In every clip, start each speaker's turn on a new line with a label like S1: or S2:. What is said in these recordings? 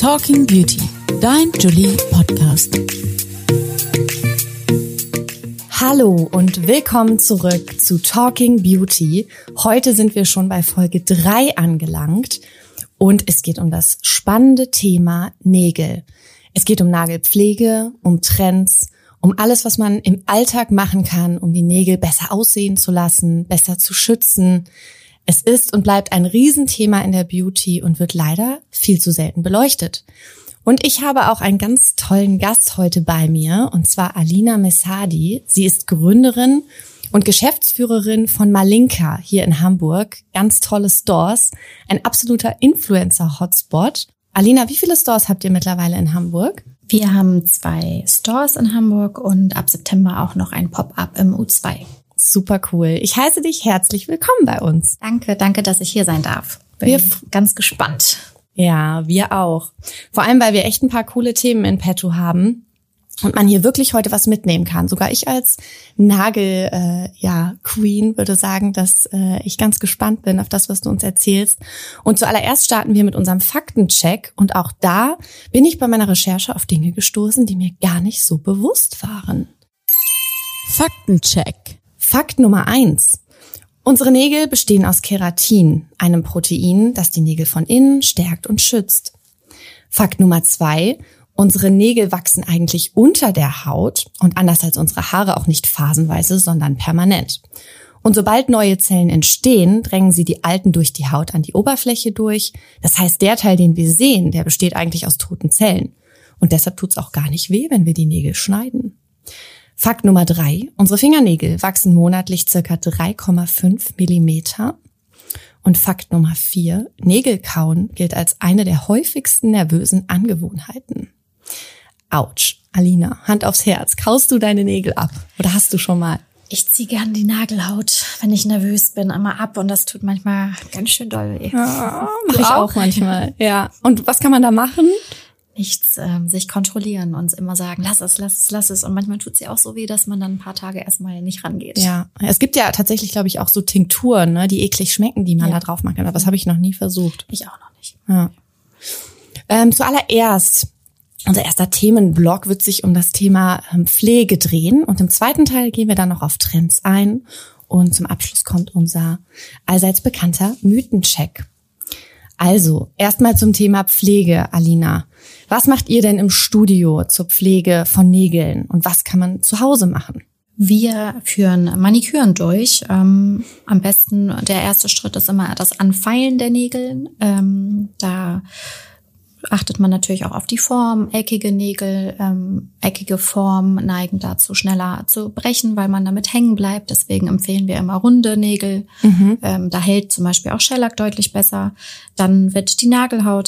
S1: Talking Beauty, dein Julie Podcast. Hallo und willkommen zurück zu Talking Beauty. Heute sind wir schon bei Folge 3 angelangt und es geht um das spannende Thema Nägel. Es geht um Nagelpflege, um Trends, um alles, was man im Alltag machen kann, um die Nägel besser aussehen zu lassen, besser zu schützen. Es ist und bleibt ein Riesenthema in der Beauty und wird leider viel zu selten beleuchtet. Und ich habe auch einen ganz tollen Gast heute bei mir, und zwar Alina Messadi. Sie ist Gründerin und Geschäftsführerin von Malinka hier in Hamburg. Ganz tolle Stores, ein absoluter Influencer-Hotspot. Alina, wie viele Stores habt ihr mittlerweile in Hamburg?
S2: Wir haben 2 Stores in Hamburg und ab September auch noch ein Pop-up im U2.
S1: Super cool. Ich heiße dich herzlich willkommen bei uns.
S2: Danke, dass ich hier sein darf. Bin ganz gespannt.
S1: Ja, wir auch. Vor allem, weil wir echt ein paar coole Themen in petto haben und man hier wirklich heute was mitnehmen kann. Sogar ich als Queen würde sagen, dass ich ganz gespannt bin auf das, was du uns erzählst. Und zuallererst starten wir mit unserem Faktencheck. Und auch da bin ich bei meiner Recherche auf Dinge gestoßen, die mir gar nicht so bewusst waren. Faktencheck. Fakt Nummer 1. Unsere Nägel bestehen aus Keratin, einem Protein, das die Nägel von innen stärkt und schützt. Fakt Nummer 2. Unsere Nägel wachsen eigentlich unter der Haut und anders als unsere Haare auch nicht phasenweise, sondern permanent. Und sobald neue Zellen entstehen, drängen sie die alten durch die Haut an die Oberfläche durch. Das heißt, der Teil, den wir sehen, der besteht eigentlich aus toten Zellen. Und deshalb tut's auch gar nicht weh, wenn wir die Nägel schneiden. Fakt Nummer 3. Unsere Fingernägel wachsen monatlich ca. 3,5 Millimeter. Und Fakt Nummer 4. Nägelkauen gilt als eine der häufigsten nervösen Angewohnheiten. Autsch. Alina, Hand aufs Herz. Kaust du deine Nägel ab? Oder hast du schon mal?
S2: Ich ziehe gern die Nagelhaut, wenn ich nervös bin, einmal ab und das tut manchmal ganz schön doll weh.
S1: Ja, mach ich auch manchmal. Ja. Und was kann man da machen?
S2: Nichts, sich kontrollieren und immer sagen, lass es. Und manchmal tut es ja auch so weh, dass man dann ein paar Tage erstmal nicht rangeht.
S1: Ja, es gibt ja tatsächlich, glaube ich, auch so Tinkturen, ne, die eklig schmecken, die man da drauf machen kann. Aber das habe ich noch nie versucht.
S2: Ich auch noch nicht.
S1: Ja. Zuallererst, unser erster Themenblock wird sich um das Thema Pflege drehen. Und im zweiten Teil gehen wir dann noch auf Trends ein. Und zum Abschluss kommt unser allseits bekannter Mythencheck. Also, erstmal zum Thema Pflege, Alina. Was macht ihr denn im Studio zur Pflege von Nägeln und was kann man zu Hause machen?
S2: Wir führen Maniküren durch. Am besten, der erste Schritt ist immer das Anfeilen der Nägel. Da achtet man natürlich auch auf die Form. Eckige Nägel, eckige Form neigen dazu, schneller zu brechen, weil man damit hängen bleibt. Deswegen empfehlen wir immer runde Nägel. Da hält zum Beispiel auch Shellac deutlich besser. Dann wird die Nagelhaut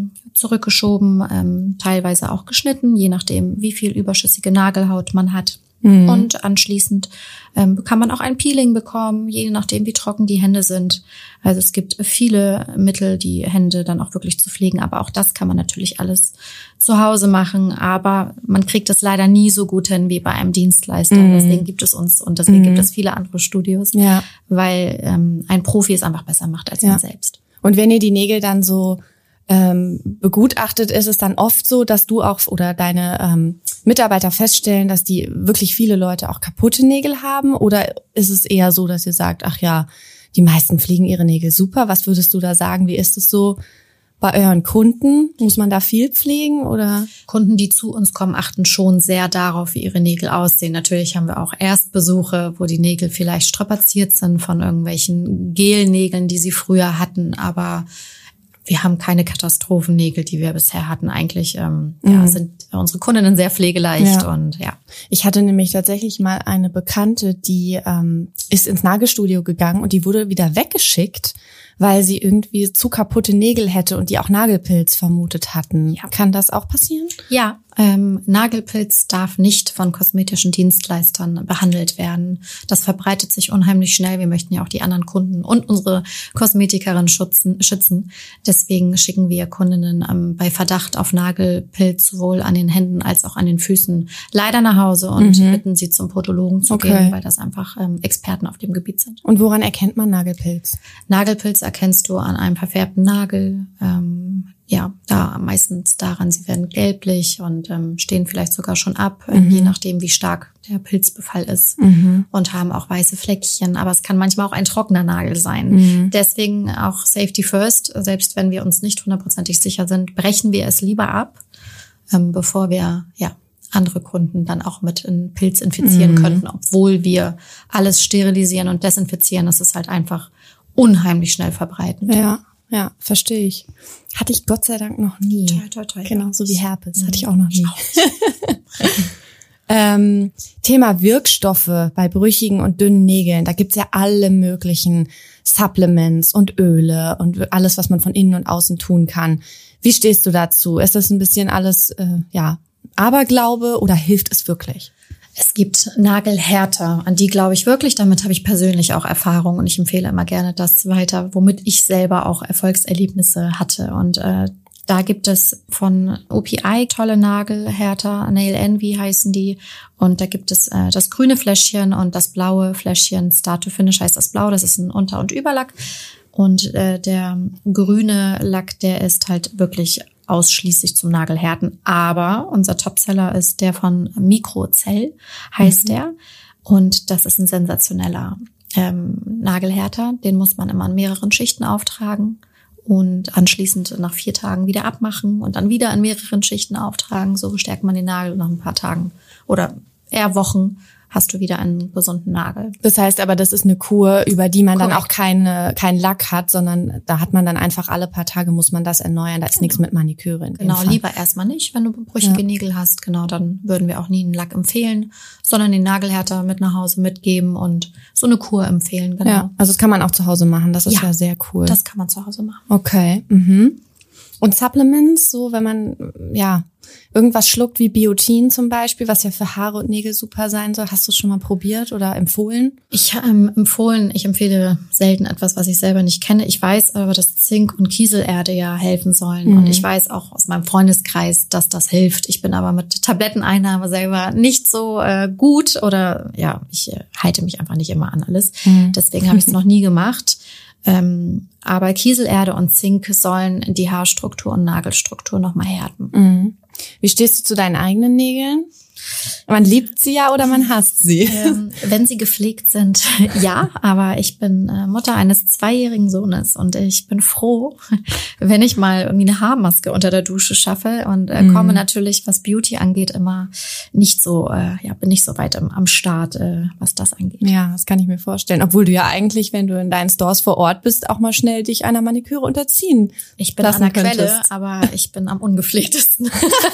S2: zurückgeschoben, teilweise auch geschnitten, je nachdem, wie viel überschüssige Nagelhaut man hat. Und anschließend kann man auch ein Peeling bekommen, je nachdem, wie trocken die Hände sind. Also es gibt viele Mittel, die Hände dann auch wirklich zu pflegen. Aber auch das kann man natürlich alles zu Hause machen. Aber man kriegt es leider nie so gut hin wie bei einem Dienstleister. Deswegen gibt es uns und deswegen gibt es viele andere Studios, weil ein Profi es einfach besser macht als man selbst.
S1: Und wenn ihr die Nägel dann so begutachtet, ist es dann oft so, dass du auch oder deine Mitarbeiter feststellen, dass die wirklich viele Leute auch kaputte Nägel haben? Oder ist es eher so, dass ihr sagt, ach ja, die meisten pflegen ihre Nägel super? Was würdest du da sagen? Wie ist es so bei euren Kunden? Muss man da viel pflegen oder?
S2: Kunden, die zu uns kommen, achten schon sehr darauf, wie ihre Nägel aussehen. Natürlich haben wir auch Erstbesuche, wo die Nägel vielleicht strapaziert sind von irgendwelchen Gelnägeln, die sie früher hatten, aber wir haben keine Katastrophennägel, die wir bisher hatten. Eigentlich sind unsere Kundinnen sehr pflegeleicht und ja.
S1: Ich hatte nämlich tatsächlich mal eine Bekannte, die ist ins Nagelstudio gegangen und die wurde wieder weggeschickt, weil sie irgendwie zu kaputte Nägel hätte und die auch Nagelpilz vermutet hatten. Ja. Kann das auch passieren?
S2: Ja, Nagelpilz darf nicht von kosmetischen Dienstleistern behandelt werden. Das verbreitet sich unheimlich schnell. Wir möchten ja auch die anderen Kunden und unsere Kosmetikerin schützen. Deswegen schicken wir Kundinnen bei Verdacht auf Nagelpilz sowohl an den Händen als auch an den Füßen leider nach Hause und bitten sie zum Podologen zu gehen, weil das einfach Experten auf dem Gebiet sind.
S1: Und woran erkennt man Nagelpilz?
S2: Nagelpilz erkennst du an einem verfärbten Nagel. ja, meistens daran, sie werden gelblich und stehen vielleicht sogar schon ab, je nachdem, wie stark der Pilzbefall ist und haben auch weiße Fleckchen. Aber es kann manchmal auch ein trockener Nagel sein. Deswegen auch Safety First. Selbst wenn wir uns nicht hundertprozentig sicher sind, brechen wir es lieber ab, bevor wir andere Kunden dann auch mit einem Pilz infizieren könnten, obwohl wir alles sterilisieren und desinfizieren. Das ist halt einfach unheimlich schnell verbreitend.
S1: Ja, verstehe ich. Hatte ich Gott sei Dank noch nie.
S2: Toi.
S1: Genau, so wie Herpes. Hatte ich auch noch nie. Thema Wirkstoffe bei brüchigen und dünnen Nägeln. Da gibt's ja alle möglichen Supplements und Öle und alles, was man von innen und außen tun kann. Wie stehst du dazu? Ist das ein bisschen alles, Aberglaube oder hilft es wirklich?
S2: Es gibt Nagelhärter, an die glaube ich wirklich. Damit habe ich persönlich auch Erfahrung und ich empfehle immer gerne das weiter, womit ich selber auch Erfolgserlebnisse hatte. Und da gibt es von OPI tolle Nagelhärter, Nail Envy heißen die. Und da gibt es das grüne Fläschchen und das blaue Fläschchen. Start to Finish heißt das blau, das ist ein Unter- und Überlack. Und der grüne Lack, der ist halt wirklich ausschließlich zum Nagelhärten. Aber unser Topseller ist der von Microcell, heißt der. Und das ist ein sensationeller Nagelhärter. Den muss man immer in mehreren Schichten auftragen und anschließend nach 4 Tagen wieder abmachen und dann wieder in mehreren Schichten auftragen. So stärkt man den Nagel. Nach ein paar Tagen oder eher Wochen hast du wieder einen gesunden Nagel.
S1: Das heißt aber, das ist eine Kur, über die man dann auch keinen Lack hat, sondern da hat man dann einfach alle paar Tage muss man das erneuern. Da ist nichts mit Maniküre in dem
S2: Genau,
S1: Fall.
S2: lieber erstmal nicht, wenn du brüchige Nägel hast. Genau, dann würden wir auch nie einen Lack empfehlen, sondern den Nagelhärter mit nach Hause mitgeben und so eine Kur empfehlen. Genau.
S1: Ja, also das kann man auch zu Hause machen. Das ist ja sehr cool.
S2: Das kann man zu Hause machen.
S1: Okay. Und Supplements, so wenn man irgendwas schluckt wie Biotin zum Beispiel, was ja für Haare und Nägel super sein soll. Hast du es schon mal probiert oder empfohlen?
S2: Ich empfehle selten etwas, was ich selber nicht kenne. Ich weiß aber, dass Zink und Kieselerde ja helfen sollen. Und ich weiß auch aus meinem Freundeskreis, dass das hilft. Ich bin aber mit Tabletteneinnahme selber nicht so gut oder ich halte mich einfach nicht immer an alles. Deswegen habe ich es noch nie gemacht. Aber Kieselerde und Zink sollen die Haarstruktur und Nagelstruktur nochmal härten.
S1: Wie stehst du zu deinen eigenen Nägeln? Man liebt sie ja oder man hasst sie?
S2: Wenn sie gepflegt sind, ja. Aber ich bin Mutter eines 2-jährigen Sohnes und ich bin froh, wenn ich mal irgendwie eine Haarmaske unter der Dusche schaffe und komme natürlich, was Beauty angeht, immer nicht so, bin nicht so weit am Start, was das angeht.
S1: Ja, das kann ich mir vorstellen. Obwohl du ja eigentlich, wenn du in deinen Stores vor Ort bist, auch mal schnell dich einer Maniküre unterziehen.
S2: Ich bin an der Quelle, aber ich bin am ungepflegtesten.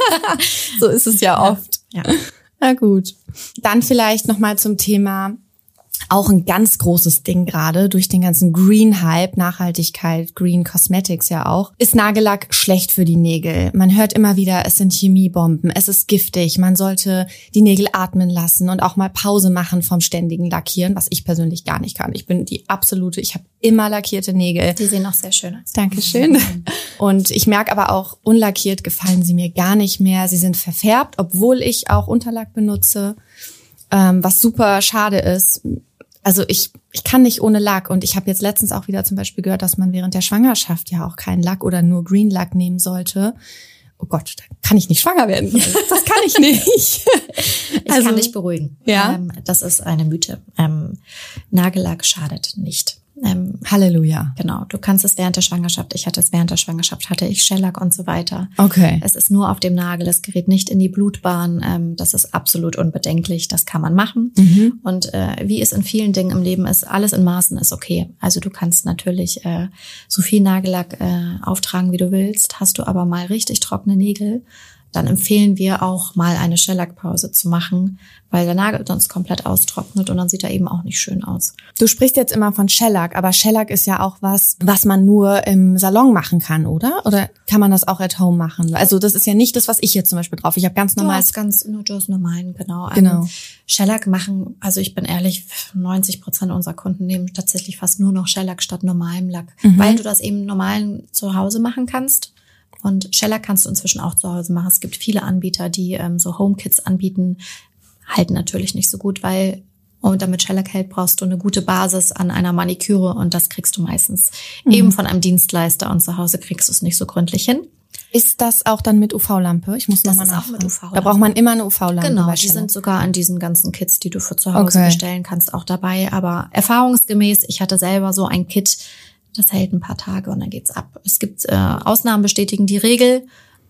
S1: So ist es ja oft.
S2: Ja.
S1: Na gut. Dann vielleicht nochmal zum Thema, auch ein ganz großes Ding gerade durch den ganzen Green-Hype, Nachhaltigkeit, Green Cosmetics ja auch. Ist Nagellack schlecht für die Nägel? Man hört immer wieder, es sind Chemiebomben, es ist giftig, man sollte die Nägel atmen lassen und auch mal Pause machen vom ständigen Lackieren, was ich persönlich gar nicht kann. Ich bin ich habe immer lackierte Nägel.
S2: Die sehen auch sehr schön aus.
S1: Dankeschön. Und ich merke aber auch, unlackiert gefallen sie mir gar nicht mehr. Sie sind verfärbt, obwohl ich auch Unterlack benutze, was super schade ist. Also ich kann nicht ohne Lack und ich habe jetzt letztens auch wieder zum Beispiel gehört, dass man während der Schwangerschaft ja auch keinen Lack oder nur Green Lack nehmen sollte. Oh Gott, da kann ich nicht schwanger werden. Das kann ich nicht.
S2: Ich kann dich beruhigen.
S1: Ja?
S2: Das ist eine Mythe. Nagellack schadet nicht.
S1: Halleluja.
S2: Genau, du kannst es während der Schwangerschaft, ich hatte es während der Schwangerschaft, hatte ich Shellac und so weiter.
S1: Okay.
S2: Es ist nur auf dem Nagel, es gerät nicht in die Blutbahn, das ist absolut unbedenklich, das kann man machen. Und wie es in vielen Dingen im Leben ist, alles in Maßen ist okay. Also du kannst natürlich so viel Nagellack auftragen, wie du willst, hast du aber mal richtig trockene Nägel, dann empfehlen wir auch mal eine Shellac-Pause zu machen, weil der Nagel sonst komplett austrocknet und dann sieht er eben auch nicht schön aus.
S1: Du sprichst jetzt immer von Shellac, aber Shellac ist ja auch was man nur im Salon machen kann, oder? Oder kann man das auch at home machen? Also das ist ja nicht das, was ich jetzt zum Beispiel drauf. Ich habe ganz normal.
S2: Du hast normalen, genau.
S1: Genau.
S2: Shellac machen, also ich bin ehrlich, 90% unserer Kunden nehmen tatsächlich fast nur noch Shellac statt normalem Lack, weil du das eben normalen zu Hause machen kannst. Und Shellac kannst du inzwischen auch zu Hause machen. Es gibt viele Anbieter, die so Home-Kits anbieten, halten natürlich nicht so gut, weil damit Shellac hält, brauchst du eine gute Basis an einer Maniküre und das kriegst du meistens eben von einem Dienstleister und zu Hause kriegst du es nicht so gründlich hin.
S1: Ist das auch dann mit UV-Lampe? Ich muss nochmal nachfragen.
S2: Auch mit UV-Lampe.
S1: Da braucht man immer eine UV-Lampe.
S2: Genau, die sind sogar an diesen ganzen Kits, die du für zu Hause bestellen kannst, auch dabei. Aber erfahrungsgemäß, ich hatte selber so ein Kit, das hält ein paar Tage und dann geht's ab. Es gibt Ausnahmen, bestätigen die Regel,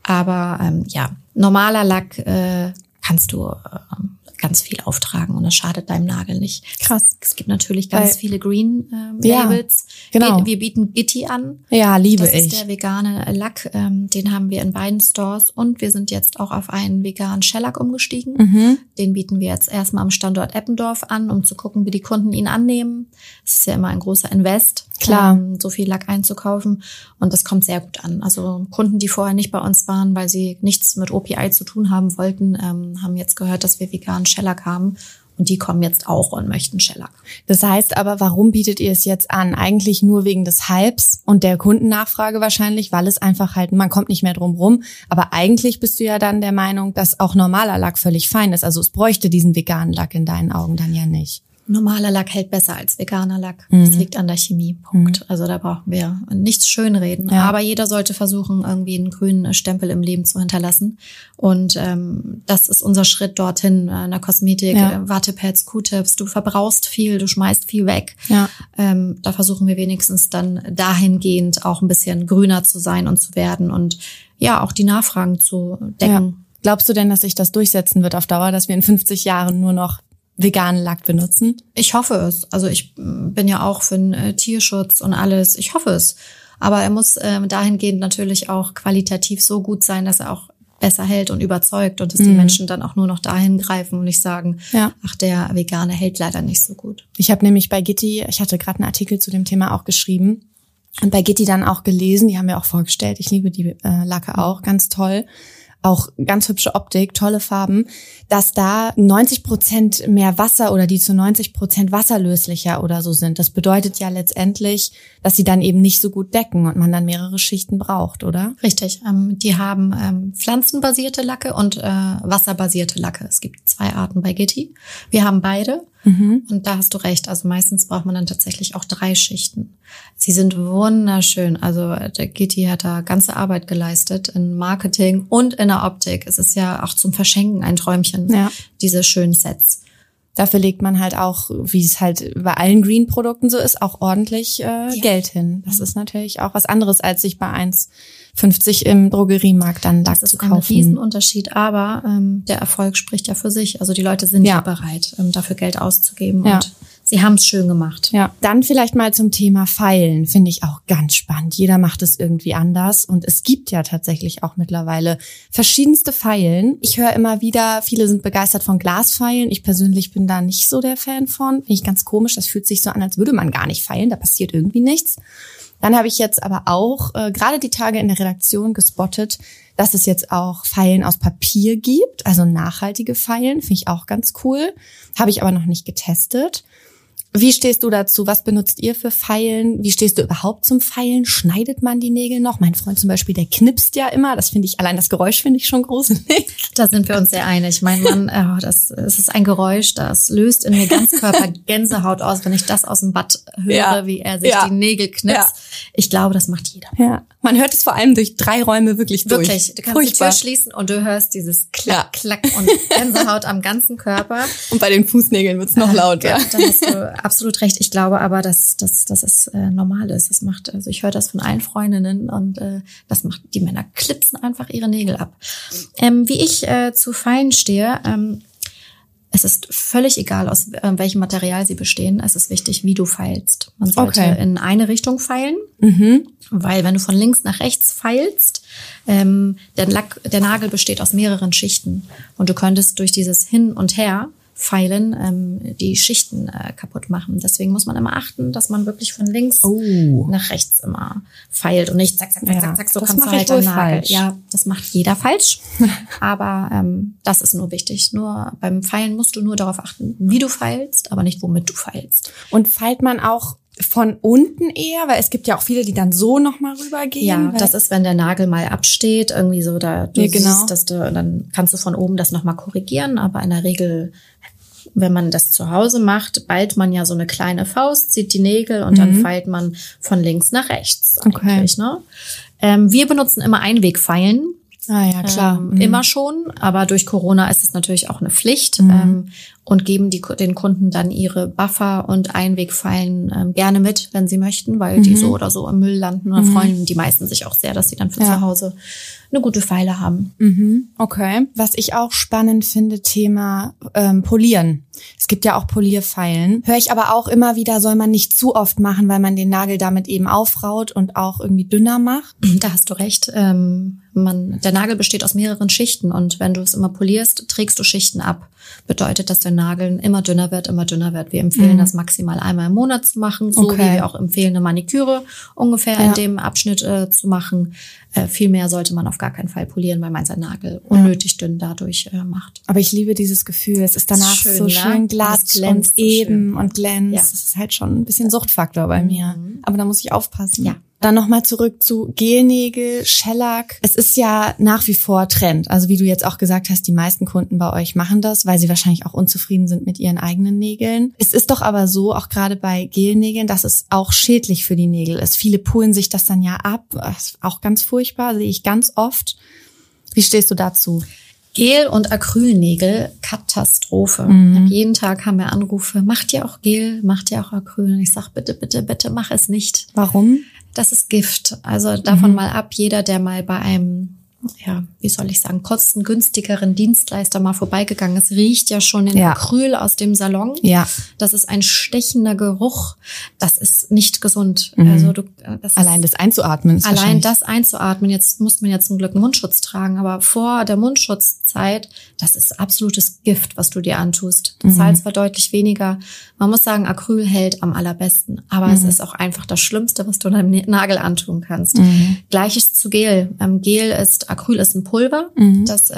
S2: aber normaler Lack kannst du ganz viel auftragen und das schadet deinem Nagel nicht.
S1: Krass.
S2: Es gibt natürlich ganz viele Green Labels.
S1: Genau.
S2: Wir bieten Gitti an.
S1: Ja, liebe ich.
S2: Das ist der vegane Lack. Den haben wir in beiden Stores und wir sind jetzt auch auf einen veganen Shellac umgestiegen.
S1: Mhm.
S2: Den bieten wir jetzt erstmal am Standort Eppendorf an, um zu gucken, wie die Kunden ihn annehmen. Es ist ja immer ein großer Invest,
S1: klar,
S2: so viel Lack einzukaufen und das kommt sehr gut an. Also Kunden, die vorher nicht bei uns waren, weil sie nichts mit OPI zu tun haben wollten, haben jetzt gehört, dass wir veganen Shellac haben. Und die kommen jetzt auch und möchten Shellac.
S1: Das heißt aber, warum bietet ihr es jetzt an? Eigentlich nur wegen des Hypes und der Kundennachfrage wahrscheinlich, weil es einfach halt, man kommt nicht mehr drum rum. Aber eigentlich bist du ja dann der Meinung, dass auch normaler Lack völlig fein ist. Also es bräuchte diesen veganen Lack in deinen Augen dann ja nicht.
S2: Normaler Lack hält besser als veganer Lack. Das liegt an der Chemie, Punkt. Also da brauchen wir nichts schönreden. Ja. Aber jeder sollte versuchen, irgendwie einen grünen Stempel im Leben zu hinterlassen. Und das ist unser Schritt dorthin. In der Kosmetik, Wattepads, Q-Tips, du verbrauchst viel, du schmeißt viel weg. Ja. Da versuchen wir wenigstens dann dahingehend auch ein bisschen grüner zu sein und zu werden und ja, auch die Nachfragen zu decken.
S1: Ja. Glaubst du denn, dass sich das durchsetzen wird auf Dauer, dass wir in 50 Jahren nur noch veganen Lack benutzen?
S2: Ich hoffe es. Also ich bin ja auch für den Tierschutz und alles. Ich hoffe es. Aber er muss dahingehend natürlich auch qualitativ so gut sein, dass er auch besser hält und überzeugt und dass die Menschen dann auch nur noch dahin greifen und nicht sagen, ach, der Vegane hält leider nicht so gut.
S1: Ich habe nämlich bei Gitti, ich hatte gerade einen Artikel zu dem Thema auch geschrieben und bei Gitti dann auch gelesen, die haben wir auch vorgestellt. Ich liebe die Lacke auch, ganz toll. Auch ganz hübsche Optik, tolle Farben, dass da 90% mehr Wasser oder die zu 90% wasserlöslicher oder so sind. Das bedeutet ja letztendlich, dass sie dann eben nicht so gut decken und man dann mehrere Schichten braucht, oder?
S2: Richtig. Die haben pflanzenbasierte Lacke und wasserbasierte Lacke. Es gibt 2 Arten bei Gitti. Wir haben beide. Und da hast du recht. Also meistens braucht man dann tatsächlich auch 3 Schichten. Sie sind wunderschön. Also der Gitti hat da ganze Arbeit geleistet in Marketing und in der Optik. Es ist ja auch zum Verschenken ein Träumchen, diese schönen Sets.
S1: Dafür legt man halt auch, wie es halt bei allen Green-Produkten so ist, auch ordentlich Geld hin. Das ist natürlich auch was anderes, als sich bei 1,50 im Drogeriemarkt dann Lack zu kaufen.
S2: Das ist ein Riesenunterschied, aber der Erfolg spricht ja für sich. Also die Leute sind ja bereit, dafür Geld auszugeben und sie haben es schön gemacht.
S1: Ja, dann vielleicht mal zum Thema Feilen, finde ich auch ganz spannend. Jeder macht es irgendwie anders und es gibt ja tatsächlich auch mittlerweile verschiedenste Feilen. Ich höre immer wieder, viele sind begeistert von Glasfeilen. Ich persönlich bin da nicht so der Fan von. Finde ich ganz komisch. Das fühlt sich so an, als würde man gar nicht feilen. Da passiert irgendwie nichts. Dann habe ich jetzt aber auch gerade die Tage in der Redaktion gespottet, dass es jetzt auch Feilen aus Papier gibt, also nachhaltige Feilen. Finde ich auch ganz cool. Habe ich aber noch nicht getestet. Wie stehst du dazu? Was benutzt ihr für Feilen? Wie stehst du überhaupt zum Feilen? Schneidet man die Nägel noch? Mein Freund zum Beispiel, der knipst ja immer. Das finde ich, allein das Geräusch finde ich schon gruselig.
S2: Da sind wir uns sehr einig. Mein Mann, es ist ein Geräusch, das löst in mir Ganzkörper Gänsehaut aus, wenn ich das aus dem Bad höre, wie er sich die Nägel knipst. Ja. Ich glaube, das macht jeder.
S1: Ja. Man hört es vor allem durch 3 Räume wirklich durch.
S2: Wirklich. Du kannst die Tür schließen und du hörst dieses Klack, Klack und Gänsehaut am ganzen Körper.
S1: Und bei den Fußnägeln wird's noch lauter.
S2: Ja, da hast du absolut recht. Ich glaube aber, dass es normal ist. Das macht, also ich höre das von allen Freundinnen und das macht, die Männer klipsen einfach ihre Nägel ab. Wie ich zu Feilen stehe, es ist völlig egal, aus welchem Material sie bestehen. Es ist wichtig, wie du feilst. Man sollte in eine Richtung feilen, weil wenn du von links nach rechts feilst, der Nagel besteht aus mehreren Schichten und du könntest durch dieses Hin und Her Feilen die Schichten kaputt machen. Deswegen muss man immer achten, dass man wirklich von links nach rechts immer feilt und nicht zack, zack, zack, zack, zack, so kannst du halt den Nagel. Ja, das macht jeder falsch. Aber das ist nur wichtig. Nur beim Feilen musst du nur darauf achten, wie du feilst, aber nicht womit du feilst.
S1: Und feilt man auch von unten eher, weil es gibt ja auch viele, die dann so nochmal rübergehen.
S2: Ja, das ist, wenn der Nagel mal absteht, irgendwie so, da du siehst, dass dann kannst du von oben das nochmal korrigieren, aber in der Regel, wenn man das zu Hause macht, ballt man ja so eine kleine Faust, zieht die Nägel und dann feilt man von links nach rechts eigentlich, ne? Wir benutzen immer Einwegfeilen.
S1: Ah ja, klar.
S2: Immer schon, aber durch Corona ist es natürlich auch eine Pflicht und geben den Kunden dann ihre Buffer und Einwegfeilen gerne mit, wenn sie möchten, weil die so oder so im Müll landen. Und da freuen die meisten sich auch sehr, dass sie dann für zu Hause eine gute Feile haben.
S1: Okay. Was ich auch spannend finde, Thema Polieren. Es gibt ja auch Polierfeilen. Höre ich aber auch immer wieder, soll man nicht zu oft machen, weil man den Nagel damit eben aufraut und auch irgendwie dünner macht.
S2: Da hast du recht. Der Nagel besteht aus mehreren Schichten und wenn du es immer polierst, trägst du Schichten ab. Bedeutet, dass der Nagel immer dünner wird, immer dünner wird. Wir empfehlen das maximal einmal im Monat zu machen, so wie wir auch empfehlen, eine Maniküre ungefähr in dem Abschnitt zu machen. Viel mehr sollte man auf gar keinen Fall polieren, weil man seinen Nagel unnötig dünn dadurch macht.
S1: Aber ich liebe dieses Gefühl. Es ist danach so schön glatt und eben und glänzt. Ja. Das ist halt schon ein bisschen Suchtfaktor bei mir. Aber da muss ich aufpassen.
S2: Ja.
S1: Dann nochmal zurück zu Gelnägel, Shellac. Es ist ja nach wie vor Trend. Also wie du jetzt auch gesagt hast, die meisten Kunden bei euch machen das, weil sie wahrscheinlich auch unzufrieden sind mit ihren eigenen Nägeln. Es ist doch aber so, auch gerade bei Gelnägeln, dass es auch schädlich für die Nägel ist. Viele pulen sich das dann ja ab. Das ist auch ganz furchtbar, sehe ich ganz oft. Wie stehst du dazu?
S2: Gel- und Acrylnägel, Katastrophe. Jeden Tag haben wir Anrufe, macht ihr auch Gel, macht ihr auch Acryl? Und ich sag, bitte, bitte, bitte, mach es nicht.
S1: Warum?
S2: Das ist Gift. Also davon mal ab, jeder, der mal bei einem, wie soll ich sagen, kostengünstigeren Dienstleister mal vorbeigegangen ist, riecht ja schon den Acryl aus dem Salon. Ja. Das ist ein stechender Geruch. Das ist nicht gesund. Also
S1: allein das einzuatmen ist
S2: allein das einzuatmen. Jetzt muss man ja zum Glück einen Mundschutz tragen, aber vor der Mundschutzzeit, das ist absolutes Gift, was du dir antust. Du zahlst zwar deutlich weniger. Man muss sagen, Acryl hält am allerbesten, aber es ist auch einfach das Schlimmste, was du deinem Nagel antun kannst. Gleiches zu Gel. Acryl ist ein Pulver, das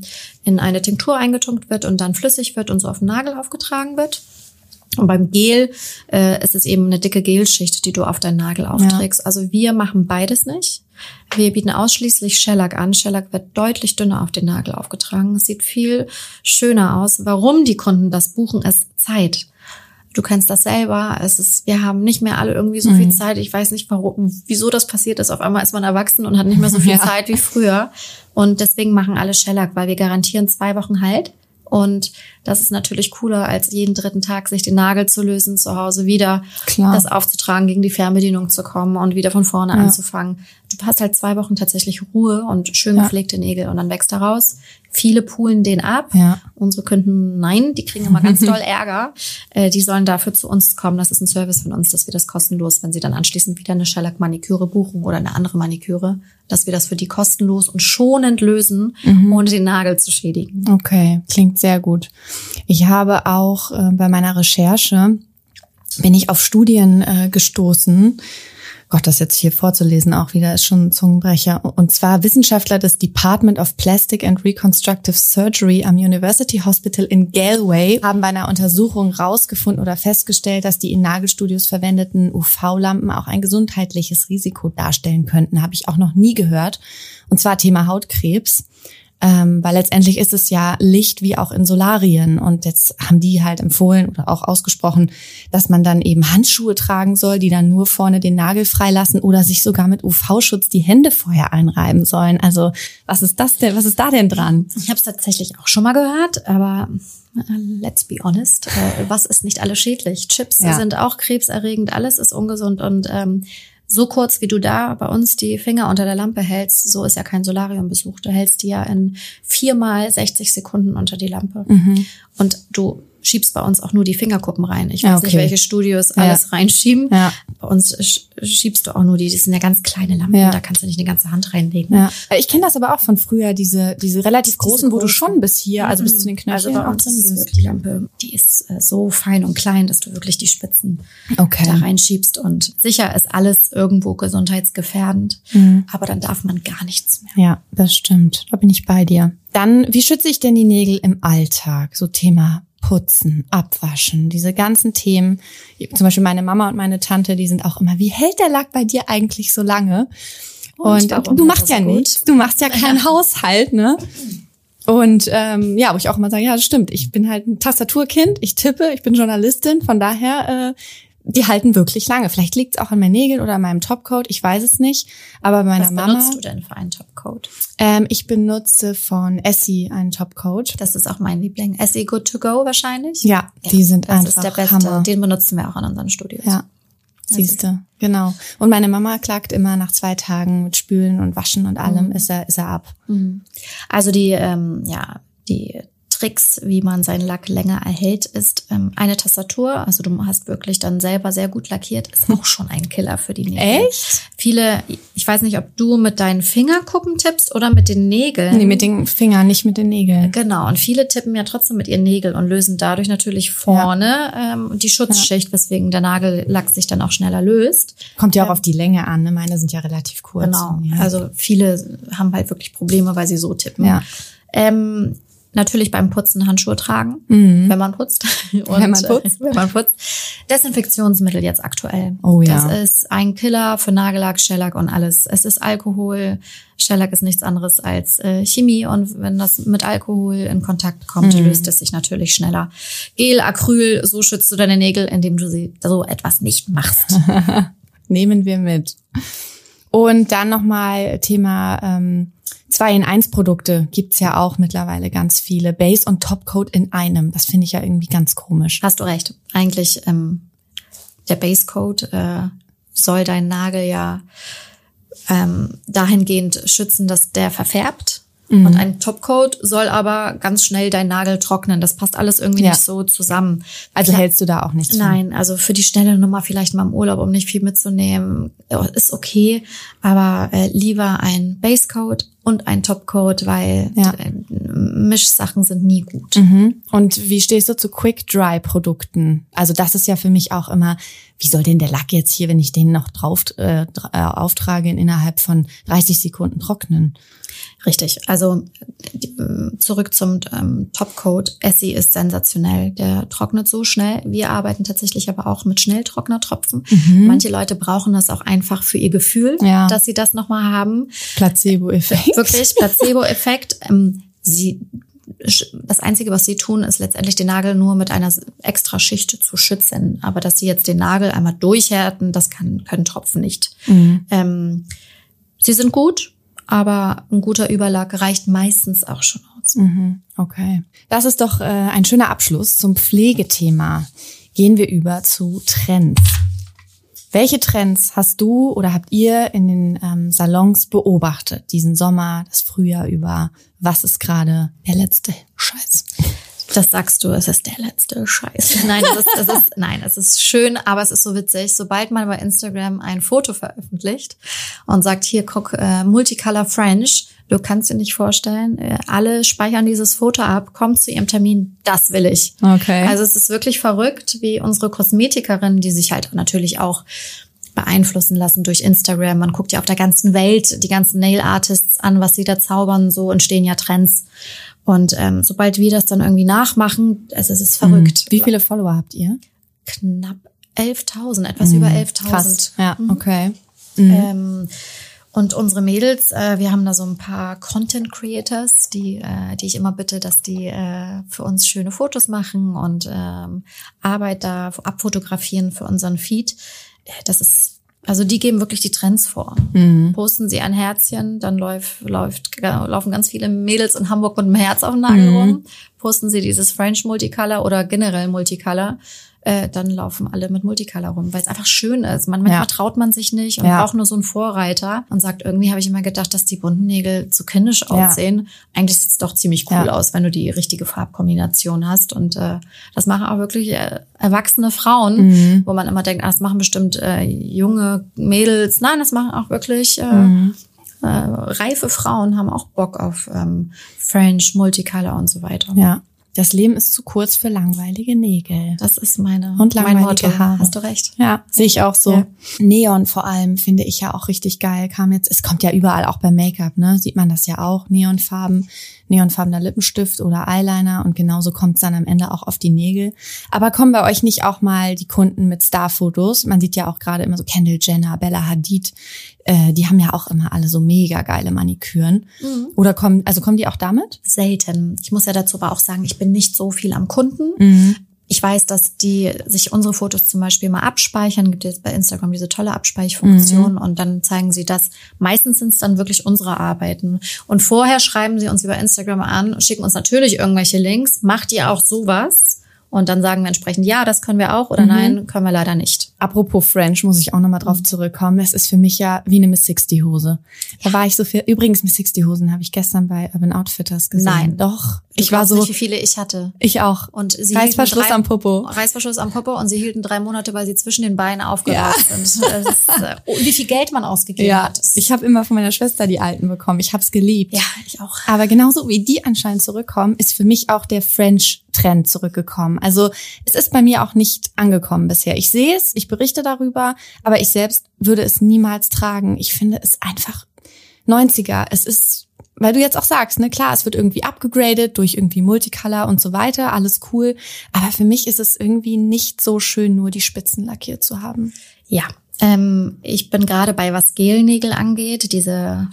S2: in eine Tinktur eingetunkt wird und dann flüssig wird und so auf den Nagel aufgetragen wird. Und beim Gel ist es eben eine dicke Gelschicht, die du auf deinen Nagel aufträgst. Ja. Also wir machen beides nicht. Wir bieten ausschließlich Shellac an. Shellac wird deutlich dünner auf den Nagel aufgetragen. Es sieht viel schöner aus. Warum die Kunden das buchen, ist Zeit. Du kennst das selber. Wir haben nicht mehr alle irgendwie so viel Zeit. Ich weiß nicht, wieso das passiert ist. Auf einmal ist man erwachsen und hat nicht mehr so viel Zeit wie früher. Und deswegen machen alle Shellac, weil wir garantieren 2 Wochen Halt. Und das ist natürlich cooler, als jeden 3. Tag sich den Nagel zu lösen, zu Hause wieder das aufzutragen, gegen die Fernbedienung zu kommen und wieder von vorne anzufangen. Du hast halt 2 Wochen tatsächlich Ruhe und schön gepflegte Nägel und dann wächst er raus. Viele pulen den ab. Ja. Unsere Kunden, nein, die kriegen immer ganz doll Ärger. Die sollen dafür zu uns kommen. Das ist ein Service von uns, dass wir das kostenlos, wenn sie dann anschließend wieder eine Shellac-Maniküre buchen oder eine andere Maniküre, dass wir das für die kostenlos und schonend lösen, ohne den Nagel zu schädigen.
S1: Okay, klingt sehr gut. Ich habe auch bei meiner Recherche, bin ich auf Studien gestoßen. Gott, das jetzt hier vorzulesen auch wieder ist schon ein Zungenbrecher. Und zwar Wissenschaftler des Department of Plastic and Reconstructive Surgery am University Hospital in Galway haben bei einer Untersuchung rausgefunden oder festgestellt, dass die in Nagelstudios verwendeten UV-Lampen auch ein gesundheitliches Risiko darstellen könnten. Habe ich auch noch nie gehört. Und zwar Thema Hautkrebs. Weil letztendlich ist es ja Licht wie auch in Solarien und jetzt haben die halt empfohlen oder auch ausgesprochen, dass man dann eben Handschuhe tragen soll, die dann nur vorne den Nagel freilassen oder sich sogar mit UV-Schutz die Hände vorher einreiben sollen. Also was ist das denn? Was ist da denn dran?
S2: Ich habe es tatsächlich auch schon mal gehört, aber let's be honest, was ist nicht alles schädlich? Chips sind auch krebserregend, alles ist ungesund und so kurz, wie du da bei uns die Finger unter der Lampe hältst, so ist ja kein Solariumbesuch. Du hältst die ja in 4 mal 60 Sekunden unter die Lampe. Und du schiebst bei uns auch nur die Fingerkuppen rein. Ich weiß nicht, welche Studios alles reinschieben. Ja. Bei uns schiebst du auch nur die sind ja ganz kleine Lampen, da kannst du nicht eine ganze Hand reinlegen.
S1: Ja. Ich kenne das aber auch von früher, diese relativ großen, wo du schon bis hier, also bis zu den Knöcheln
S2: auch drin bist. Die Lampe, die ist so fein und klein, dass du wirklich die Spitzen da reinschiebst. Und sicher ist alles irgendwo gesundheitsgefährdend, aber dann darf man gar nichts mehr.
S1: Ja, das stimmt. Da bin ich bei dir. Dann, wie schütze ich denn die Nägel im Alltag? So Thema Putzen, Abwaschen, diese ganzen Themen. Zum Beispiel meine Mama und meine Tante, die sind auch immer, wie hält der Lack bei dir eigentlich so lange? Und du machst ja nichts, du machst ja keinen Haushalt, ne? Und wo ich auch immer sage, ja, das stimmt, ich bin halt ein Tastaturkind, ich tippe, ich bin Journalistin, von daher die halten wirklich lange. Vielleicht liegt es auch an meinen Nägeln oder an meinem Topcoat, ich weiß es nicht. Aber bei meiner Mama.
S2: Was benutzt du denn für einen Topcoat?
S1: Ich benutze von Essie einen Topcoat.
S2: Das ist auch mein Liebling. Essie Good to Go wahrscheinlich?
S1: Ja, die sind einfach
S2: Das ist der beste.
S1: Hammer.
S2: Den benutzen wir auch in unseren Studios.
S1: Ja, siehste, genau. Und meine Mama klagt immer nach 2 Tagen mit Spülen und Waschen und allem ist er ab.
S2: Also die Tricks, wie man seinen Lack länger erhält, ist eine Tastatur. Also du hast wirklich dann selber sehr gut lackiert, ist auch schon ein Killer für die Nägel.
S1: Echt?
S2: Viele, ich weiß nicht, ob du mit deinen Fingerkuppen tippst oder mit den Nägeln.
S1: Nee, mit den Fingern, nicht mit den Nägeln.
S2: Genau, und viele tippen ja trotzdem mit ihren Nägeln und lösen dadurch natürlich vorne die Schutzschicht, weswegen der Nagellack sich dann auch schneller löst.
S1: Kommt ja auch auf die Länge an, ne? Meine sind ja relativ kurz.
S2: Genau,
S1: Ja.
S2: also viele haben halt wirklich Probleme, weil sie so tippen.
S1: Ja.
S2: Natürlich beim Putzen Handschuhe tragen, wenn man putzt. Und,
S1: Wenn man putzt.
S2: Desinfektionsmittel jetzt aktuell.
S1: Oh ja.
S2: Das ist ein Killer für Nagellack, Shellac und alles. Es ist Alkohol. Shellac ist nichts anderes als Chemie. Und wenn das mit Alkohol in Kontakt kommt, löst es sich natürlich schneller. Gel, Acryl, so schützt du deine Nägel, indem du sie so etwas nicht machst.
S1: Nehmen wir mit. Und dann nochmal Thema 2-in-1-Produkte gibt's ja auch mittlerweile ganz viele. Base und Topcoat in einem. Das finde ich ja irgendwie ganz komisch.
S2: Hast du recht. Eigentlich der Basecoat soll deinen Nagel ja dahingehend schützen, dass der verfärbt. Und ein Topcoat soll aber ganz schnell deinen Nagel trocknen. Das passt alles irgendwie nicht so zusammen.
S1: Also hältst du da auch nichts von?
S2: Nein, also für die schnelle Nummer vielleicht mal im Urlaub, um nicht viel mitzunehmen, ist okay. Aber lieber ein Basecoat und ein Topcoat, weil Mischsachen sind nie gut.
S1: Und wie stehst du zu Quick-Dry-Produkten? Also das ist ja für mich auch immer, wie soll denn der Lack jetzt hier, wenn ich den noch drauf auftrage, innerhalb von 30 Sekunden trocknen?
S2: Richtig, also zurück zum Topcoat. Essie ist sensationell. Der trocknet so schnell. Wir arbeiten tatsächlich aber auch mit Schnelltrocknertropfen. Manche Leute brauchen das auch einfach für ihr Gefühl, dass sie das nochmal haben.
S1: Placebo-Effekt.
S2: Wirklich, Placebo-Effekt. Das Einzige, was sie tun, ist letztendlich den Nagel nur mit einer extra Schicht zu schützen. Aber dass sie jetzt den Nagel einmal durchhärten, das können Tropfen nicht. Sie sind gut, aber ein guter Überlack reicht meistens auch schon aus.
S1: Okay. Das ist doch ein schöner Abschluss zum Pflegethema. Gehen wir über zu Trends. Welche Trends hast du oder habt ihr in den Salons beobachtet? Diesen Sommer, das Frühjahr über. Was ist gerade der letzte Scheiß?
S2: Das sagst du, es ist der letzte Scheiß. Nein, es ist schön, aber es ist so witzig. Sobald man bei Instagram ein Foto veröffentlicht und sagt, hier, guck, Multicolor French, du kannst dir nicht vorstellen, alle speichern dieses Foto ab, kommt zu ihrem Termin, das will ich.
S1: Okay.
S2: Also es ist wirklich verrückt, wie unsere Kosmetikerinnen, die sich halt natürlich auch beeinflussen lassen durch Instagram. Man guckt ja auf der ganzen Welt die ganzen Nail Artists an, was sie da zaubern, so entstehen ja Trends. Und sobald wir das dann irgendwie nachmachen, es ist verrückt.
S1: Wie viele Follower habt ihr?
S2: Knapp 11.000, etwas über 11.000.
S1: Krass, ja, okay.
S2: Und unsere Mädels, wir haben da so ein paar Content Creators, die ich immer bitte, dass die für uns schöne Fotos machen und Arbeit da abfotografieren für unseren Feed. Also die geben wirklich die Trends vor. Posten sie ein Herzchen, dann laufen ganz viele Mädels in Hamburg mit einem Herz auf dem Nagel rum. Posten sie dieses French Multicolor oder generell Multicolor, dann laufen alle mit Multicolor rum, weil es einfach schön ist. Manchmal traut man sich nicht und braucht nur so einen Vorreiter und sagt, irgendwie habe ich immer gedacht, dass die bunten Nägel zu kindisch aussehen. Eigentlich sieht es doch ziemlich cool aus, wenn du die richtige Farbkombination hast. Und das machen auch wirklich erwachsene Frauen, wo man immer denkt, das machen bestimmt junge Mädels. Nein, das machen auch wirklich reife Frauen, haben auch Bock auf French, Multicolor und so weiter.
S1: Ja. Das Leben ist zu kurz für langweilige Nägel.
S2: Das ist mein
S1: langweilige Haare.
S2: Hast du recht.
S1: Ja, sehe ich auch so. Ja. Neon vor allem finde ich ja auch richtig geil. Es kommt ja überall auch beim Make-up, ne? Sieht man das ja auch. Neonfarbener Lippenstift oder Eyeliner und genauso kommt es dann am Ende auch auf die Nägel. Aber kommen bei euch nicht auch mal die Kunden mit Starfotos? Man sieht ja auch gerade immer so Kendall Jenner, Bella Hadid. Die haben ja auch immer alle so mega geile Maniküren. Oder kommen die auch damit?
S2: Selten. Ich muss ja dazu aber auch sagen, ich bin nicht so viel am Kunden. Ich weiß, dass die sich unsere Fotos zum Beispiel mal abspeichern. Gibt jetzt bei Instagram diese tolle Abspeichfunktion und dann zeigen sie das. Meistens sind es dann wirklich unsere Arbeiten. Und vorher schreiben sie uns über Instagram an, schicken uns natürlich irgendwelche Links. Macht ihr auch sowas? Und dann sagen wir entsprechend, ja, das können wir auch oder nein, können wir leider nicht.
S1: Apropos French, muss ich auch nochmal drauf zurückkommen. Das ist für mich ja wie eine Miss 60-Hose. Da war ich so viel. Übrigens, Miss 60-Hosen habe ich gestern bei Urban Outfitters gesehen.
S2: Nein.
S1: Doch.
S2: Ich war so, nicht, wie viele ich hatte.
S1: Ich auch.
S2: Und sie
S1: Reißverschluss am Popo.
S2: Reißverschluss am Popo und sie hielten 3 Monate, weil sie zwischen den Beinen aufgeraucht sind. Wie viel Geld man ausgegeben hat.
S1: Ich habe immer von meiner Schwester die alten bekommen. Ich habe es geliebt.
S2: Ja, ich auch.
S1: Aber genauso wie die anscheinend zurückkommen, ist für mich auch der French-Trend zurückgekommen. Also es ist bei mir auch nicht angekommen bisher. Ich sehe es, ich berichte darüber, aber ich selbst würde es niemals tragen. Ich finde es einfach 90er. Es ist, weil du jetzt auch sagst, ne, klar, es wird irgendwie abgegradet durch irgendwie Multicolor und so weiter, alles cool. Aber für mich ist es irgendwie nicht so schön, nur die Spitzen lackiert zu haben.
S2: Ja. Ich bin gerade bei, was Gelnägel angeht, diese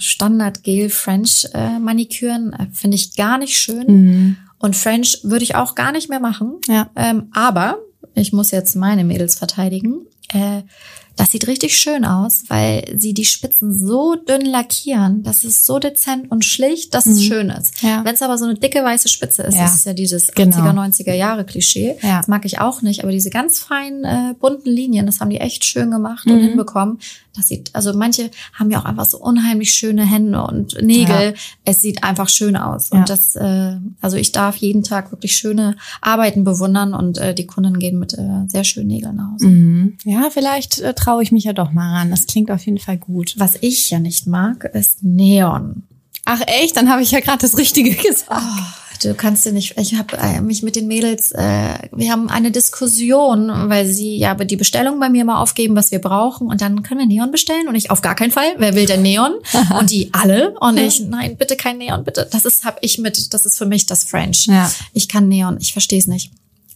S2: Standard-Gel-French-Maniküren, finde ich gar nicht schön. Und French würde ich auch gar nicht mehr machen.
S1: Ja.
S2: Aber ich muss jetzt meine Mädels verteidigen. Das sieht richtig schön aus, weil sie die Spitzen so dünn lackieren, das ist so dezent und schlicht, dass es schön ist.
S1: Ja.
S2: Wenn es aber so eine dicke weiße Spitze ist, das ist ja dieses 80er, 90er Jahre Klischee.
S1: Ja.
S2: Das mag ich auch nicht, aber diese ganz feinen, bunten Linien, das haben die echt schön gemacht und hinbekommen. Das sieht, also manche haben ja auch einfach so unheimlich schöne Hände und Nägel. Ja. Es sieht einfach schön aus.
S1: Ja.
S2: Und das, also ich darf jeden Tag wirklich schöne Arbeiten bewundern und die Kunden gehen mit sehr schönen Nägeln nach Hause.
S1: Ja, vielleicht traue ich mich ja doch mal ran. Das klingt auf jeden Fall gut.
S2: Was ich ja nicht mag, ist Neon.
S1: Ach echt? Dann habe ich ja gerade das Richtige gesagt.
S2: Oh, du kannst ja nicht, ich habe mich mit den Mädels, wir haben eine Diskussion, weil sie ja die Bestellung bei mir mal aufgeben, was wir brauchen und dann können wir Neon bestellen und ich auf gar keinen Fall, wer will denn Neon? Und die alle und ich, nein, bitte kein Neon, bitte. Das ist für mich das French.
S1: Ja.
S2: Ich kann Neon, ich verstehe es nicht.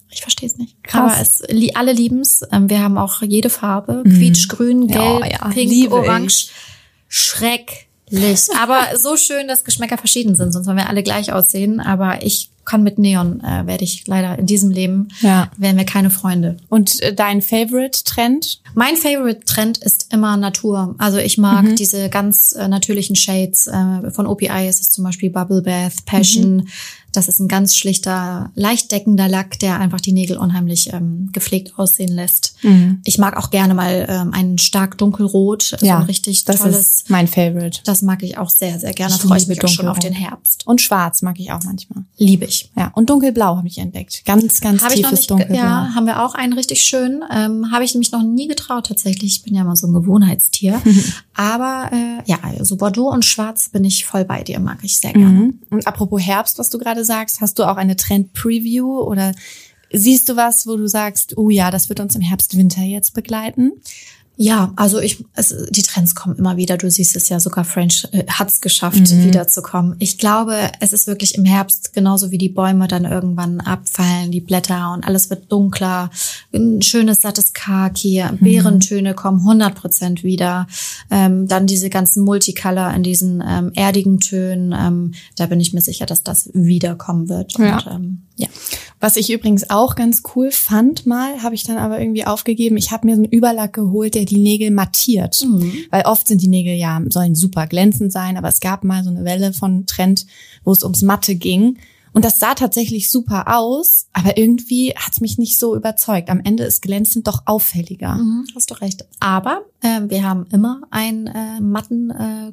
S1: Krass.
S2: Aber alle lieben's. Wir haben auch jede Farbe, quietsch, grün, gelb, pink,
S1: Liebe
S2: orange, schrecklich. Aber so schön, dass Geschmäcker verschieden sind, sonst wollen wir alle gleich aussehen. Aber ich kann mit Neon, werde ich leider in diesem Leben, werden wir keine Freunde.
S1: Und dein Favorite-Trend?
S2: Mein Favorite-Trend ist immer Natur. Also ich mag diese ganz natürlichen Shades. Von OPI ist es zum Beispiel Bubble Bath, Passion. Das ist ein ganz schlichter, leicht deckender Lack, der einfach die Nägel unheimlich gepflegt aussehen lässt. Ich mag auch gerne mal einen stark dunkelrot, so ein richtig
S1: das
S2: tolles.
S1: Ist mein Favorite.
S2: Das mag ich auch sehr, sehr gerne. Da freue ich mich auch schon auf den Herbst.
S1: Und schwarz mag ich auch manchmal.
S2: Liebe ich.
S1: Ja, und dunkelblau habe ich entdeckt. Ganz, ganz tiefes dunkelblau.
S2: Ja, haben wir auch einen richtig schön. Habe ich mich noch nie getraut tatsächlich. Ich bin ja mal so ein Gewohnheitstier. Aber ja, also Bordeaux und Schwarz bin ich voll bei dir, mag ich sehr gerne.
S1: Und apropos Herbst, was du gerade sagst, hast du auch eine Trend-Preview oder siehst du was, wo du sagst, oh ja, das wird uns im Herbst, Winter jetzt begleiten?
S2: Ja, also die Trends kommen immer wieder. Du siehst es ja, sogar French hat's geschafft, wiederzukommen. Ich glaube, es ist wirklich im Herbst genauso wie die Bäume dann irgendwann abfallen, die Blätter und alles wird dunkler. Ein schönes, sattes Khaki, Beerentöne kommen 100% wieder. Dann diese ganzen Multicolor in diesen erdigen Tönen. Da bin ich mir sicher, dass das wiederkommen wird.
S1: Ja.
S2: Und, ja.
S1: Was ich übrigens auch ganz cool fand mal, habe ich dann aber irgendwie aufgegeben. Ich habe mir so einen Überlack geholt, der die Nägel mattiert. Weil oft sind die Nägel sollen super glänzend sein, aber es gab mal so eine Welle von Trend, wo es ums Matte ging. Und das sah tatsächlich super aus, aber irgendwie hat es mich nicht so überzeugt. Am Ende ist glänzend doch auffälliger.
S2: Hast du recht. Aber wir haben immer einen matten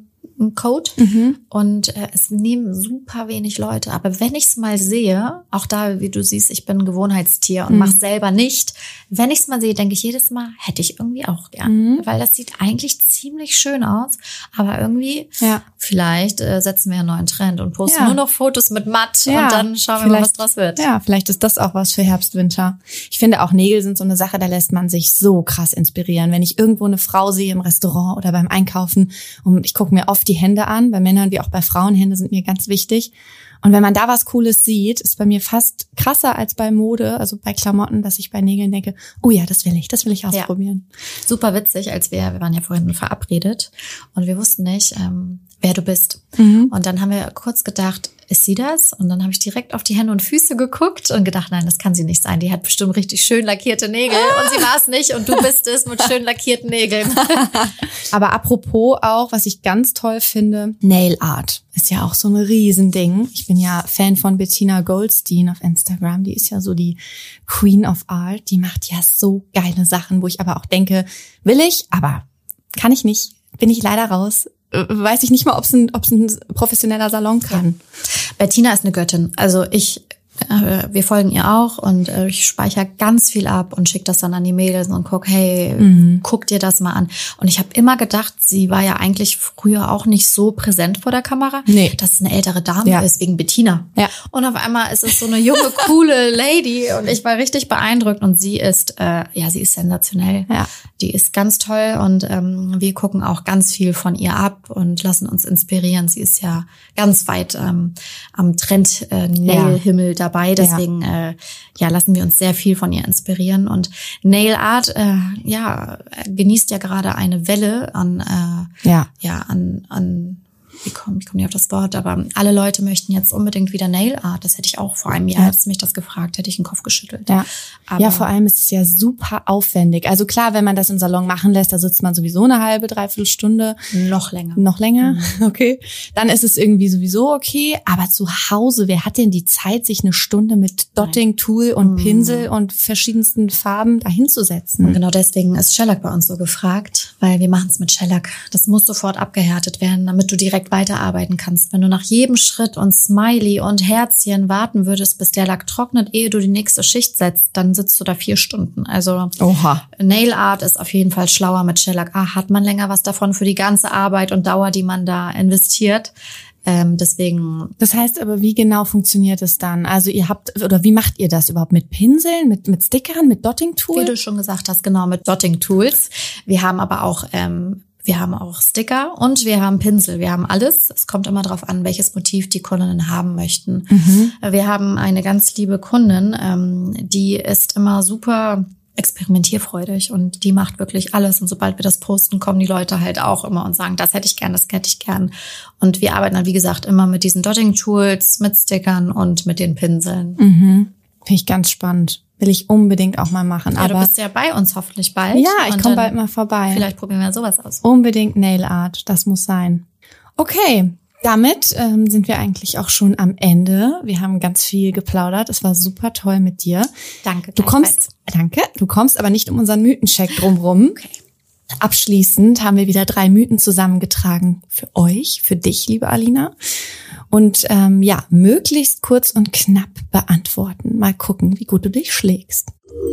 S2: Code und es nehmen super wenig Leute. Aber wenn ich es mal sehe, auch da, wie du siehst, ich bin ein Gewohnheitstier und mach's selber nicht. Wenn ich es mal sehe, denke ich jedes Mal, hätte ich irgendwie auch gern. Weil das sieht eigentlich ziemlich schön aus. Aber irgendwie, vielleicht setzen wir einen neuen Trend und posten nur noch Fotos mit matt und dann schauen wir mal, was draus wird.
S1: Ja, vielleicht ist das auch was für Herbst, Winter. Ich finde auch Nägel sind so eine Sache, da lässt man sich so krass inspirieren. Wenn ich irgendwo eine Frau sehe im Restaurant oder beim Einkaufen und ich gucke mir oft die Hände an, bei Männern wie auch bei Frauen, Hände sind mir ganz wichtig. Und wenn man da was Cooles sieht, ist bei mir fast krasser als bei Mode, also bei Klamotten, dass ich bei Nägeln denke, oh ja, das will ich ausprobieren.
S2: Ja. Super witzig, als wir waren ja vorhin verabredet und wir wussten nicht, wer du bist. Und dann haben wir kurz gedacht, ist sie das? Und dann habe ich direkt auf die Hände und Füße geguckt und gedacht, nein, das kann sie nicht sein. Die hat bestimmt richtig schön lackierte Nägel und sie war es nicht und du bist es mit schön lackierten Nägeln.
S1: Aber apropos auch, was ich ganz toll finde, Nail Art ist ja auch so ein Riesending. Ich bin ja Fan von Bettina Goldstein auf Instagram. Die ist ja so die Queen of Art. Die macht ja so geile Sachen, wo ich aber auch denke, will ich, aber kann ich nicht, bin ich leider raus. Weiß ich nicht mal, ob es ein professioneller Salon kann.
S2: Ja. Bettina ist eine Göttin. Also wir folgen ihr auch und ich speichere ganz viel ab und schicke das dann an die Mädels und guck, hey, guck dir das mal an. Und ich habe immer gedacht, sie war ja eigentlich früher auch nicht so präsent vor der Kamera, dass es eine ältere Dame ist, wegen Bettina. Ja. Und auf einmal ist es so eine junge, coole Lady und ich war richtig beeindruckt und sie ist sensationell. Ja. Die ist ganz toll und wir gucken auch ganz viel von ihr ab und lassen uns inspirieren. Sie ist ja ganz weit am Trend-Nail-Himmel dabei, deswegen lassen wir uns sehr viel von ihr inspirieren und Nail Art genießt ja gerade eine Welle an ich komme nicht auf das Wort, aber alle Leute möchten jetzt unbedingt wieder Nail Art. Das hätte ich auch vor einem Jahr, hättest du mich das gefragt, hätte ich den Kopf geschüttelt. Ja. Aber
S1: vor allem ist es ja super aufwendig. Also klar, wenn man das im Salon machen lässt, da sitzt man sowieso eine halbe, dreiviertel Stunde.
S2: Noch länger.
S1: Okay. Dann ist es irgendwie sowieso okay. Aber zu Hause, wer hat denn die Zeit, sich eine Stunde mit Dotting-Tool und Pinsel und verschiedensten Farben dahinzusetzen?
S2: Genau deswegen ist Shellac bei uns so gefragt, weil wir machen es mit Shellac. Das muss sofort abgehärtet werden, damit du direkt weiterarbeiten kannst. Wenn du nach jedem Schritt und Smiley und Herzchen warten würdest, bis der Lack trocknet, ehe du die nächste Schicht setzt, dann sitzt du da 4 Stunden. Also Nail Art ist auf jeden Fall schlauer mit Shellac. Hat man länger was davon für die ganze Arbeit und Dauer, die man da investiert. Deswegen.
S1: Das heißt aber, wie genau funktioniert es dann? Also wie macht ihr das überhaupt? Mit Pinseln, mit Stickern, mit Dotting-Tools?
S2: Wie du schon gesagt hast, genau, mit Dotting-Tools. Wir haben aber auch Sticker und wir haben Pinsel. Wir haben alles. Es kommt immer darauf an, welches Motiv die Kundinnen haben möchten. Wir haben eine ganz liebe Kundin, die ist immer super experimentierfreudig und die macht wirklich alles. Und sobald wir das posten, kommen die Leute halt auch immer und sagen, das hätte ich gern, das hätte ich gern. Und wir arbeiten dann, wie gesagt, immer mit diesen Dotting-Tools, mit Stickern und mit den Pinseln.
S1: Finde ich ganz spannend. Will ich unbedingt auch mal machen.
S2: Ja, aber du bist ja bei uns hoffentlich bald.
S1: Ja, ich komme bald mal vorbei.
S2: Vielleicht probieren wir sowas aus.
S1: Unbedingt Nail Art, das muss sein. Okay, damit sind wir eigentlich auch schon am Ende. Wir haben ganz viel geplaudert. Es war super toll mit dir.
S2: Danke.
S1: Du kommst aber nicht um unseren Mythencheck drumrum. Okay. Abschließend haben wir wieder 3 Mythen zusammengetragen für euch, für dich, liebe Alina. Und möglichst kurz und knapp beantworten. Mal gucken, wie gut du dich schlägst.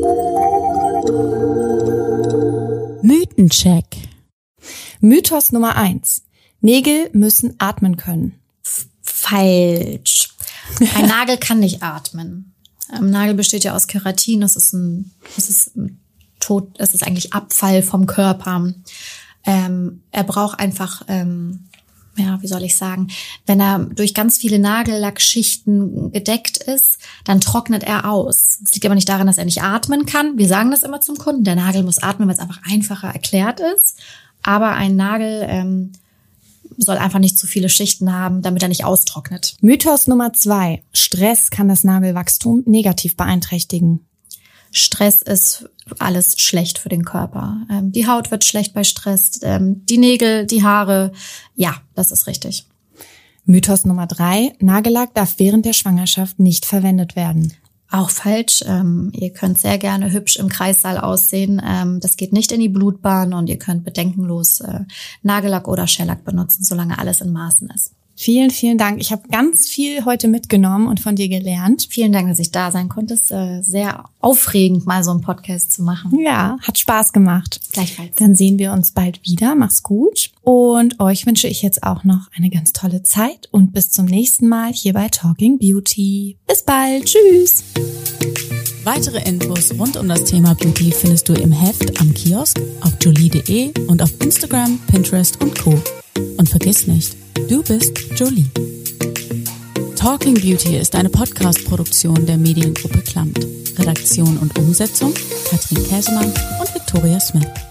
S1: Mythencheck. Mythos Nummer 1. Nägel müssen atmen können.
S2: Falsch. Ein Nagel kann nicht atmen. Ein Nagel besteht ja aus Keratin. Es ist eigentlich Abfall vom Körper. Er braucht einfach, wie soll ich sagen, wenn er durch ganz viele Nagellackschichten gedeckt ist, dann trocknet er aus. Das liegt aber nicht daran, dass er nicht atmen kann. Wir sagen das immer zum Kunden. Der Nagel muss atmen, weil es einfach einfacher erklärt ist. Aber ein Nagel soll einfach nicht zu viele Schichten haben, damit er nicht austrocknet.
S1: Mythos Nummer 2. Stress kann das Nagelwachstum negativ beeinträchtigen.
S2: Stress ist alles schlecht für den Körper. Die Haut wird schlecht bei Stress, die Nägel, die Haare. Ja, das ist richtig.
S1: Mythos Nummer 3. Nagellack darf während der Schwangerschaft nicht verwendet werden.
S2: Auch falsch. Ihr könnt sehr gerne hübsch im Kreissaal aussehen. Das geht nicht in die Blutbahn und ihr könnt bedenkenlos Nagellack oder Shellac benutzen, solange alles in Maßen ist.
S1: Vielen, vielen Dank. Ich habe ganz viel heute mitgenommen und von dir gelernt.
S2: Vielen Dank, dass ich da sein konnte. Es ist sehr aufregend, mal so einen Podcast zu machen.
S1: Ja, hat Spaß gemacht.
S2: Gleichfalls.
S1: Dann sehen wir uns bald wieder. Mach's gut. Und euch wünsche ich jetzt auch noch eine ganz tolle Zeit und bis zum nächsten Mal hier bei Talking Beauty. Bis bald. Tschüss.
S3: Weitere Infos rund um das Thema Beauty findest du im Heft, am Kiosk, auf jolie.de und auf Instagram, Pinterest und Co. Und vergiss nicht, du bist Jolie. Talking Beauty ist eine Podcast-Produktion der Mediengruppe Klamt. Redaktion und Umsetzung Katrin Käsemann und Victoria Smith.